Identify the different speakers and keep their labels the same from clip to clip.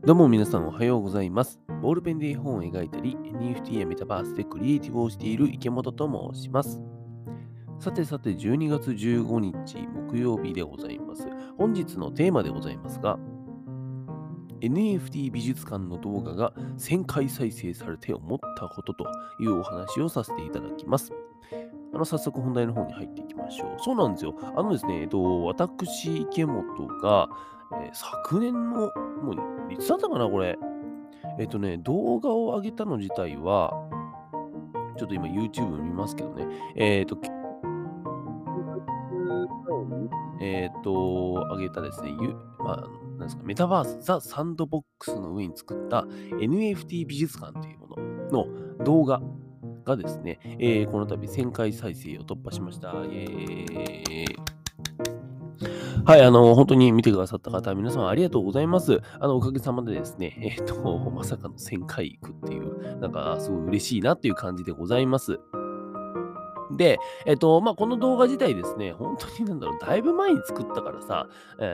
Speaker 1: どうも皆さんおはようございます。ボールペンで絵本を描いたり、NFT やメタバースでクリエイティブをしている池本と申します。さてさて、12月15日木曜日でございます。本日のテーマでございますが、NFT 美術館の動画が1000回再生されて思ったことというお話をさせていただきます。早速本題の方に入っていきましょう。そうなんですよ。ですね、私、池本が、昨年の、もう、いつだったかな、これ。動画を上げたの自体は、ちょっと今 YouTube 見ますけどね。9ヶ月前に、上げたですね、なんですか、メタバース、ザ・サンドボックスの上に作った NFT 美術館というものの動画がですね、この度1000回再生を突破しました。イエーイ。はい、本当に見てくださった方、皆様ありがとうございます。おかげさまでですね、まさかの1000回行くっていう、なんか、すごい嬉しいなっていう感じでございます。で、この動画自体ですね、本当にだいぶ前に作ったからさ、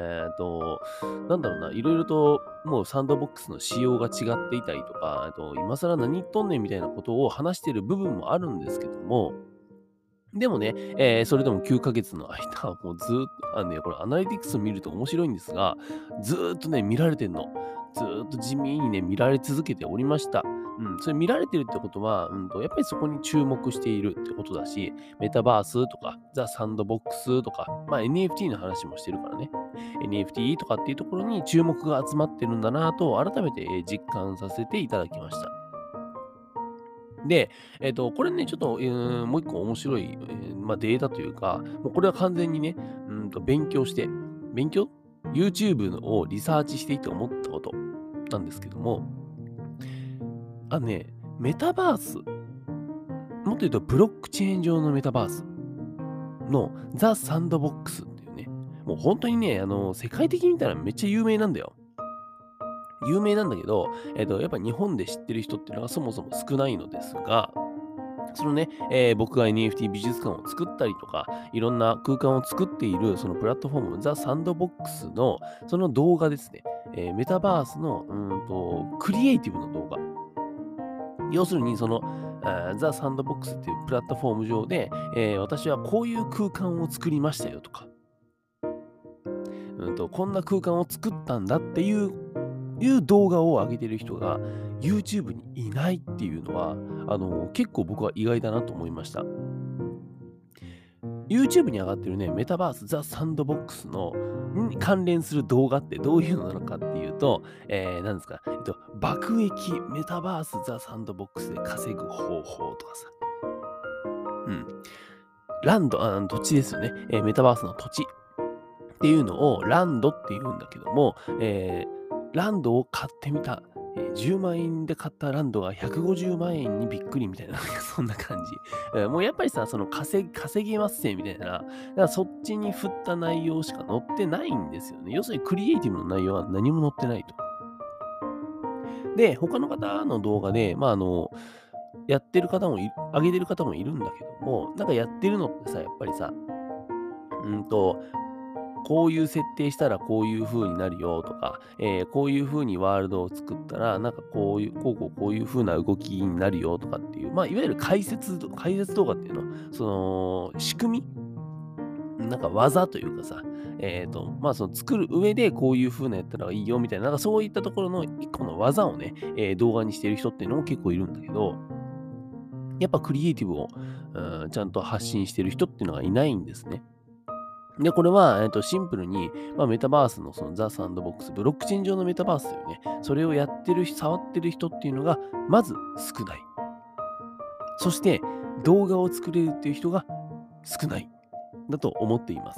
Speaker 1: いろいろともうサンドボックスの仕様が違っていたりとか、今更何言っとんねんみたいなことを話してる部分もあるんですけども、でもね、それでも9ヶ月の間、もうずーっと、これアナリティクスを見ると面白いんですが、ずーっとね、見られてんの。ずーっと地味にね、見られ続けておりました。それ見られてるってことは、やっぱりそこに注目しているってことだし、メタバースとか、ザ・サンドボックスとか、NFT の話もしてるからね。NFT とかっていうところに注目が集まってるんだなと、改めて実感させていただきました。で、これね、ちょっと、もう一個面白い、データというか、もうこれは完全にね、勉強して、勉強 ?YouTube をリサーチしていて思ったことなんですけども、メタバース、もっと言うとブロックチェーン上のメタバースのザ・サンドボックスっていうね、もう本当にね、世界的に見たらめっちゃ有名なんだよ。有名なんだけど、やっぱ日本で知ってる人っていうのがそもそも少ないのですが、そのね、僕が NFT 美術館を作ったりとか、いろんな空間を作っているそのプラットフォーム、ザ・サンドボックスのその動画ですね。メタバースのクリエイティブの動画。要するに、ザ・サンドボックスっていうプラットフォーム上で、私はこういう空間を作りましたよとか、こんな空間を作ったんだっていう動画を上げてる人が YouTube にいないっていうのは、結構僕は意外だなと思いました。YouTube に上がってるね、メタバースザ・サンドボックスの関連する動画ってどういうのなのかっていうと、何ですか、爆益メタバースザ・サンドボックスで稼ぐ方法とかさ、うん、ランド、土地ですよね、メタバースの土地っていうのをランドって言うんだけども、ランドを買ってみた。10万円で買ったランドが150万円にびっくりみたいな、なんかそんな感じ。もうやっぱりさ、その稼げますせみたいな、だからそっちに振った内容しか載ってないんですよね。要するにクリエイティブの内容は何も載ってないと。で、他の方の動画で、やってる方も上げてる方もいるんだけども、なんかやってるのってさ、やっぱりさ、うんと、こういう設定したらこういう風になるよとか、こういう風にワールドを作ったら、なんかこういう風な動きになるよとかっていう、いわゆる解説動画っていうの、仕組みなんか技というかさ、その作る上でこういう風なやったらいいよみたいな、なんかそういったところの一個の技をね、動画にしてる人っていうのも結構いるんだけど、やっぱクリエイティブを、ちゃんと発信してる人っていうのがいないんですね。で、これは、シンプルに、メタバースのそのザ・サンドボックス、ブロックチェーン上のメタバースだよね。それをやってる触ってる人っていうのが、まず少ない。そして、動画を作れるっていう人が少ない。だと思っています。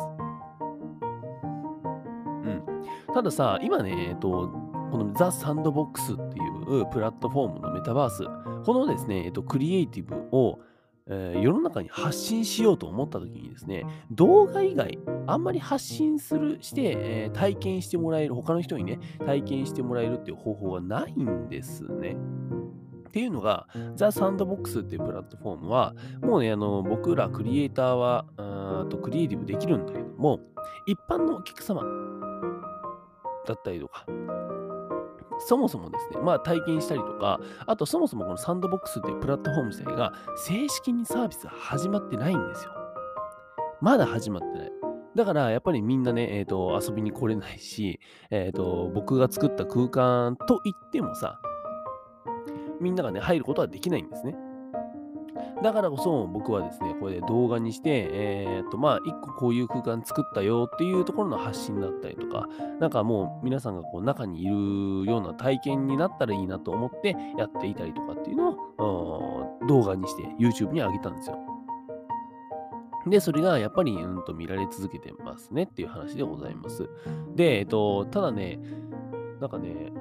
Speaker 1: うん。たださ、今ね、このザ・サンドボックスっていうプラットフォームのメタバース、このですね、クリエイティブを、世の中に発信しようと思った時にですね、動画以外、あんまり発信して、体験してもらえる、他の人にね、体験してもらえるっていう方法がないんですね。っていうのが、ザ・サンドボックスっていうプラットフォームは、もうね、僕らクリエイターは、クリエイティブできるんだけども、一般のお客様だったりとか、っそもそもですね、まあ体験したりとか、あとそもそもこのサンドボックスっていうプラットフォーム自体が正式にサービスが始まってないんですよ。まだ始まってない。だからやっぱりみんなね、遊びに来れないし、僕が作った空間といってもさ、みんながね、入ることはできないんですね。だからこそ僕はですね、これで動画にして、まあ、一個こういう空間作ったよっていうところの発信だったりとか、なんかもう皆さんがこう中にいるような体験になったらいいなと思ってやっていたりとかっていうのを動画にして YouTube に上げたんですよ。で、それがやっぱり、見られ続けてますねっていう話でございます。で、ただね、なんかね、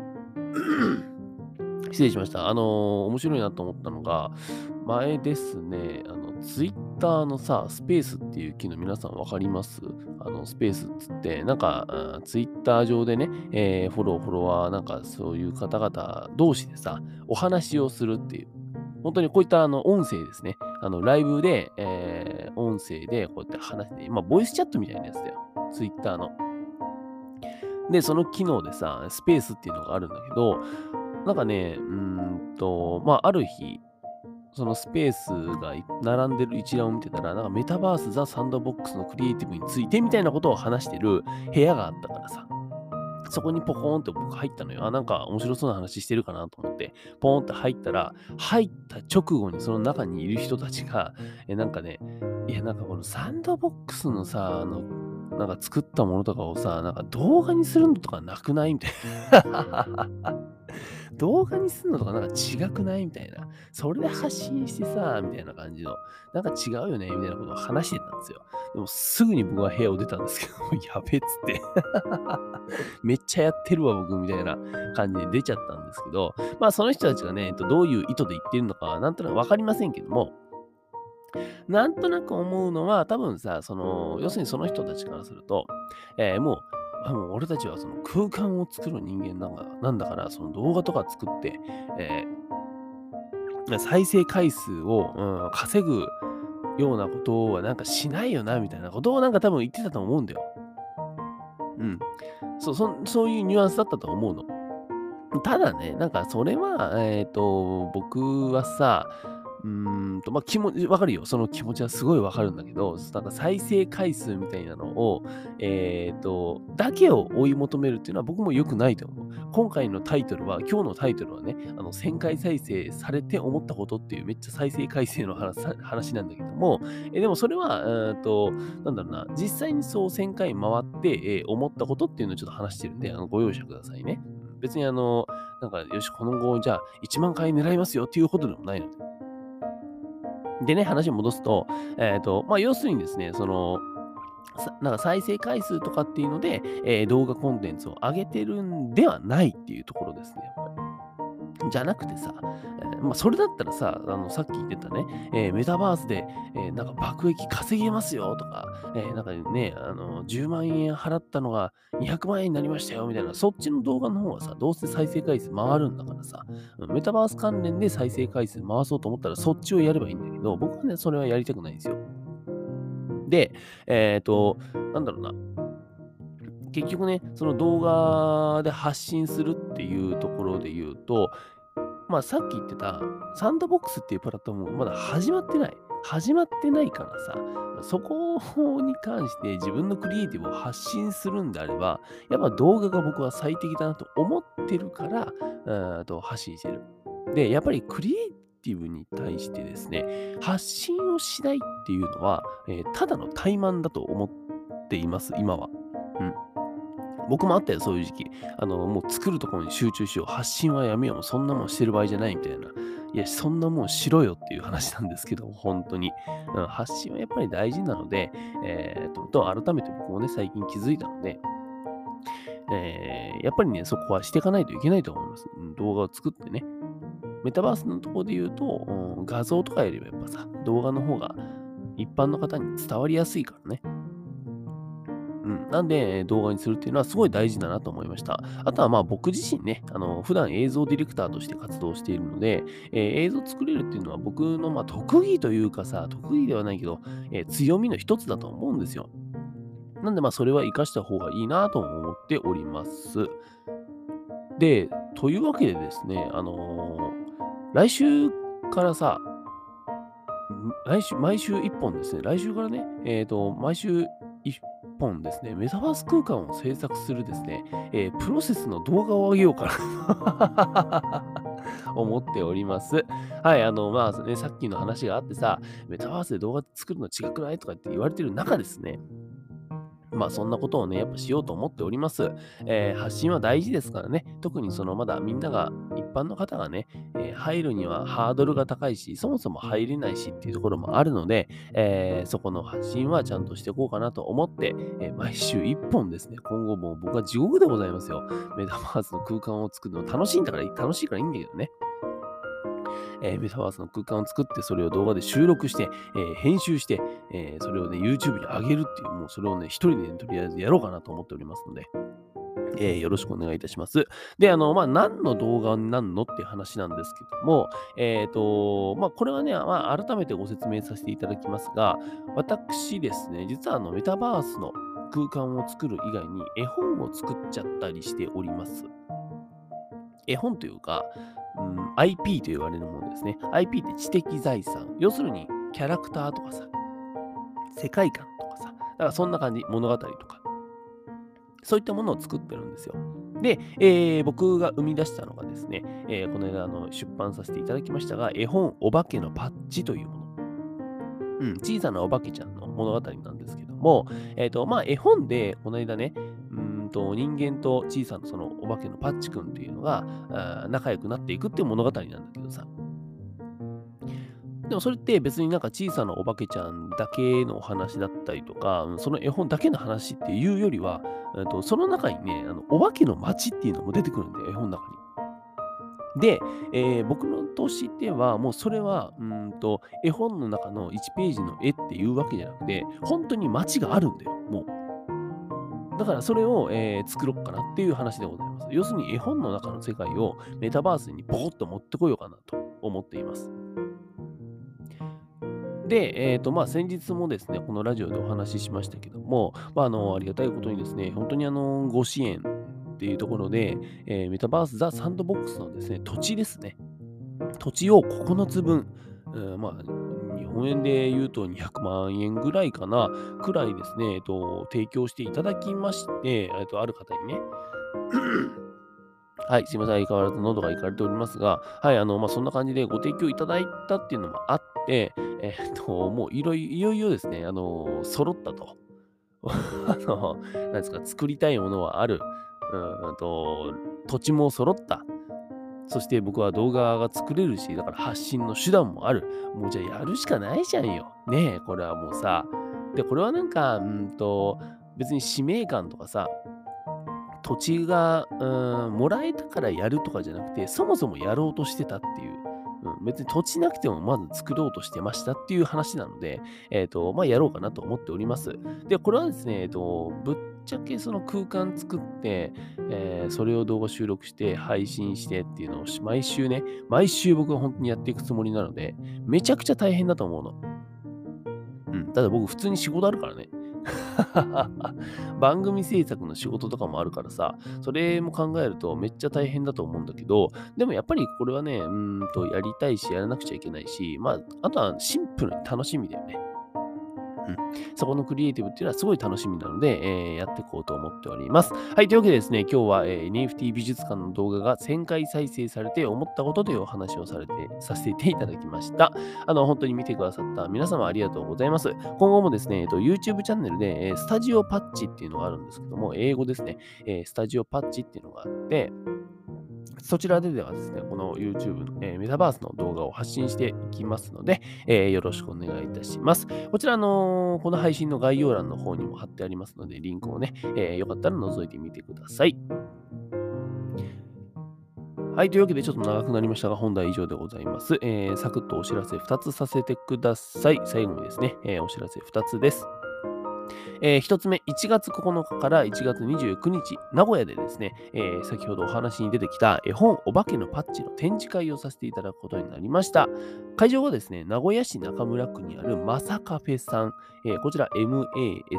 Speaker 1: 失礼しました。面白いなと思ったのが、前ですね、Twitter のさ、スペースっていう機能皆さんわかります？スペースっつって、なんか、Twitter 上でね、フォロワー、なんかそういう方々同士でさ、お話をするっていう、本当にこういった音声ですね。ライブで、音声でこうやって話して、まあ、ボイスチャットみたいなやつだよ。Twitter の。で、その機能でさ、スペースっていうのがあるんだけど、なんかね、まあ、ある日、そのスペースが並んでる一覧を見てたら、なんかメタバースザ・サンドボックスのクリエイティブについてみたいなことを話してる部屋があったからさ、そこにポコーンって僕入ったのよ。あ、なんか面白そうな話してるかなと思って、ポーンって入ったら、入った直後にその中にいる人たちが、なんかね、いや、なんかこのサンドボックスのさ、なんか作ったものとかをさ、なんか動画にするのとかなくないみたいな。動画にすんのとかなんか違くないみたいな。それで発信してさ、みたいな感じの、なんか違うよねみたいなことを話してたんですよ。でもすぐに僕は部屋を出たんですけど、やべっつって。めっちゃやってるわ、僕、みたいな感じで出ちゃったんですけど、まあその人たちがね、どういう意図で言ってるのかはなんとなくわかりませんけども、なんとなく思うのは、多分さ、要するにその人たちからすると、もう俺たちはその空間を作る人間なんだから、その動画とか作って、え再生回数を、稼ぐようなことはなんかしないよな、みたいなことをなんか多分言ってたと思うんだよ。うん。そういうニュアンスだったと思うの。ただね、なんかそれは、僕はさ、まあ、わかるよ。その気持ちはすごいわかるんだけど、なんか再生回数みたいなのを、だけを追い求めるっていうのは僕も良くないと思う。今日のタイトルはね、1000回再生されて思ったことっていうめっちゃ再生回数の話なんだけども、でもそれは、なんだろうな、実際にそう1000回回って、思ったことっていうのをちょっと話してるんで、ご容赦くださいね。別になんか、よし、この後、じゃあ、1万回狙いますよっていうことでもないので。でね、話を戻すと、まあ、要するにですね、なんか再生回数とかっていうので、動画コンテンツを上げてるんではないっていうところですね、やっぱり。じゃなくてさ、まあ、それだったらさ、さっき言ってたね、メタバースで、なんか爆益稼げますよとか、なんかね、10万円払ったのが200万円になりましたよみたいな、そっちの動画の方はさ、どうせ再生回数回るんだからさ、メタバース関連で再生回数回そうと思ったらそっちをやればいいんだけど、僕はね、それはやりたくないんですよ。で、なんだろうな、結局ね、その動画で発信するっていうところで言うと、まあ、さっき言ってたサンドボックスっていうプラットフォームがまだ始まってない。始まってないからさ、そこに関して自分のクリエイティブを発信するんであれば、やっぱ動画が僕は最適だなと思ってるから、発信してる。で、やっぱりクリエイティブに対してですね、発信をしないっていうのは、ただの怠慢だと思っています、今は。うん。僕もあったよ、そういう時期。もう作るところに集中しよう。発信はやめよう。そんなもんしてる場合じゃないみたいな。いや、そんなもんしろよっていう話なんですけど、本当に。発信はやっぱり大事なので、改めて僕もね、最近気づいたので、やっぱりね、そこはしていかないといけないと思います。動画を作ってね。メタバースのところで言うと、画像とかよりもやっぱさ、動画の方が一般の方に伝わりやすいからね。なんで、動画にするっていうのはすごい大事だなと思いました。あとはまあ僕自身ね、普段映像ディレクターとして活動しているので、映像作れるっていうのは僕のまあ特技というかさ、特技ではないけど、強みの一つだと思うんですよ。なんでまあそれは活かした方がいいなと思っております。で、 というわけでですね、来週からさ、毎週1本ですね。来週からね、毎週1本ですね、メタバース空間を制作するですね、プロセスの動画を上げようかな思っております。はい、さっきの話があってさ、メタバースで動画作るの違くないとかって言われてる中ですね、そんなことをね、やっぱしようと思っております。発信は大事ですからね。特にまだみんなが、一般の方がね、入るにはハードルが高いし、そもそも入れないしっていうところもあるので、そこの発信はちゃんとしていこうかなと思って、毎週1本ですね、今後もう僕は地獄でございますよ。メタバースの空間を作るの楽しいからいいんだけどね。メタバースの空間を作って、それを動画で収録して、編集して、それをね、YouTube に上げるっていう、もうそれをね、一人でね、とりあえずやろうかなと思っておりますので、よろしくお願いいたします。で、何の動画になるのっていう話なんですけども、これはね、改めてご説明させていただきますが、私ですね、実はメタバースの空間を作る以外に絵本を作っちゃったりしております。絵本というか、IP と言われるものですね。IP って知的財産。要するに、キャラクターとかさ、世界観とかさ、だからそんな感じ、物語とか、そういったものを作ってるんですよ。で、僕が生み出したのがですね、この間出版させていただきましたが、絵本お化けのパッチというもの。小さなお化けちゃんの物語なんですけども、絵本で、この間ね、人間と小さなそのお化けのパッチくんっていうのが、仲良くなっていくっていう物語なんだけどさ。でもそれって別になんか小さなお化けちゃんだけのお話だったりとか、その絵本だけの話っていうよりは、その中にね、お化けの街っていうのも出てくるんだよ、絵本の中に。で、僕のとしては、もうそれは、絵本の中の1ページの絵っていうわけじゃなくて、本当に街があるんだよ、もう。だからそれを、作ろっかなっていう話でございます。要するに絵本の中の世界をメタバースにボコッと持ってこようかなと思っています。で、先日もですね、このラジオでお話ししましたけども、ありがたいことにですね、本当にご支援っていうところで、メタバースザ・サンドボックスのですね、土地ですね。土地を9つ分、日本円で言うと200万円ぐらいかな、くらいですね、提供していただきまして、ある方にね、はい、すいません、相変わらず喉がいかれておりますが、はい、そんな感じでご提供いただいたっていうのもあって、もういよいよですね、揃ったと。なんですか、作りたいものはある。土地も揃った。そして僕は動画が作れるし、だから発信の手段もある。もうじゃあやるしかないじゃんよ。ねえ、これはもうさ。で、これはなんか、別に使命感とかさ、土地が、もらえたからやるとかじゃなくて、そもそもやろうとしてたっていう。別に土地なくてもまず作ろうとしてましたっていう話なので、やろうかなと思っております。で、これはですね、ぶっちゃけその空間作って、それを動画収録して配信してっていうのを毎週僕は本当にやっていくつもりなので、めちゃくちゃ大変だと思うの。ただ僕普通に仕事あるからね。番組制作の仕事とかもあるからさ、それも考えるとめっちゃ大変だと思うんだけど、でもやっぱりこれはね、やりたいし、やらなくちゃいけないし、あとはシンプルに楽しみだよね。うん。そこのクリエイティブっていうのはすごい楽しみなので、やっていこうと思っております。はい、というわけでですね、今日は、NFT 美術館の動画が1000回再生されて思ったことというお話をさせていただきました。本当に見てくださった皆様ありがとうございます。今後もですね、YouTube チャンネルで、スタジオパッチっていうのがあるんですけども、英語ですね、スタジオパッチっていうのがあって、そちらではですね、この YouTube の、メタバースの動画を発信していきますので、よろしくお願いいたします。こちら、この配信の概要欄の方にも貼ってありますので、リンクをね、よかったら覗いてみてください。はい、というわけでちょっと長くなりましたが、本題以上でございます。サクッとお知らせ2つさせてください。最後にですね、お知らせ2つです。1つ目、1月9日から1月29日、名古屋でですね、先ほどお話に出てきた絵本お化けのパッチの展示会をさせていただくことになりました。会場はですね、名古屋市中村区にあるマサカフェさん、こちら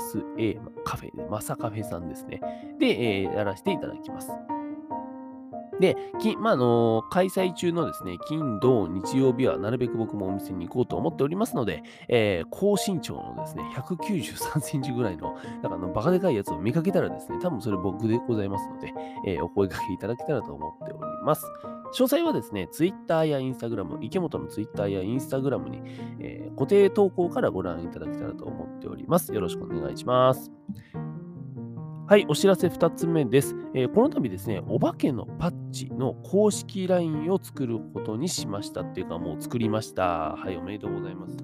Speaker 1: MASA カフェで、マサカフェさんですね。で、やらせていただきます。 で、開催中のですね、金、土、日曜日はなるべく僕もお店に行こうと思っておりますので、高身長のですね、193センチぐらいの、バカでかいやつを見かけたらですね、多分それ僕でございますので、お声掛けいただけたらと思っております。詳細はですね、Twitter や Instagram、池本の Twitter や Instagram に、固定投稿からご覧いただけたらと思っております。よろしくお願いします。はい、お知らせ2つ目です。この度ですね、お化けのパッチの公式 LINE を作ることにしましたっていうか、もう作りました。はい、おめでとうございます。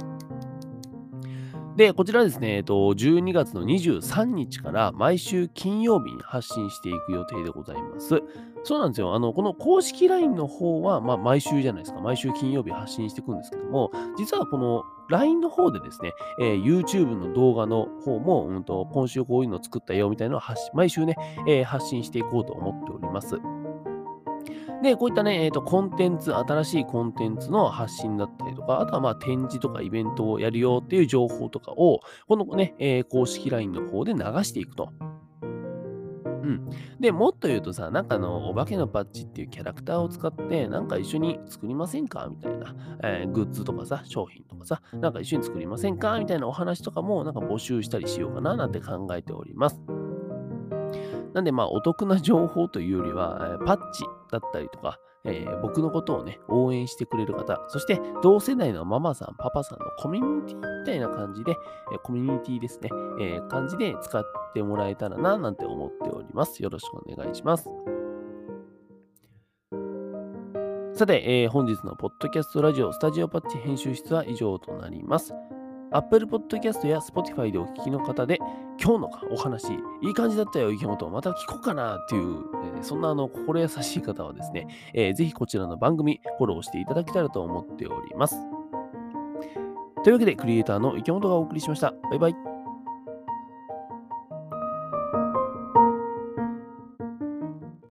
Speaker 1: で、こちらですね、12月の23日から毎週金曜日に発信していく予定でございます。そうなんですよ。この公式 LINE の方は、毎週じゃないですか。毎週金曜日発信していくんですけども、実はこの LINE の方でですね、YouTube の動画の方も、今週こういうの作ったよみたいなのを毎週ね、発信していこうと思っております。で、こういったね、新しいコンテンツの発信だったりとか、あとは展示とかイベントをやるよっていう情報とかを、このね、公式 LINE の方で流していくと。うん。で、もっと言うとさ、お化けのパッチっていうキャラクターを使って、一緒に作りませんかみたいな、グッズとかさ、商品とかさ、一緒に作りませんかみたいなお話とかも、募集したりしようかななんて考えております。なんで、お得な情報というよりは、パッチだったりとか、僕のことをね、応援してくれる方、そして同世代のママさん、パパさんのコミュニティみたいな感じで、コミュニティですね、感じで使ってもらえたらな、なんて思っております。よろしくお願いします。さて、本日のポッドキャストラジオスタジオパッチ編集室は以上となります。Apple Podcast や Spotify でお聞きの方で、今日のお話、いい感じだったよ、池本、また聞こうかなっていう、そんな心優しい方はですね、ぜひこちらの番組、フォローしていただけたらと思っております。というわけで、クリエイターの池本がお送りしました。バイバイ。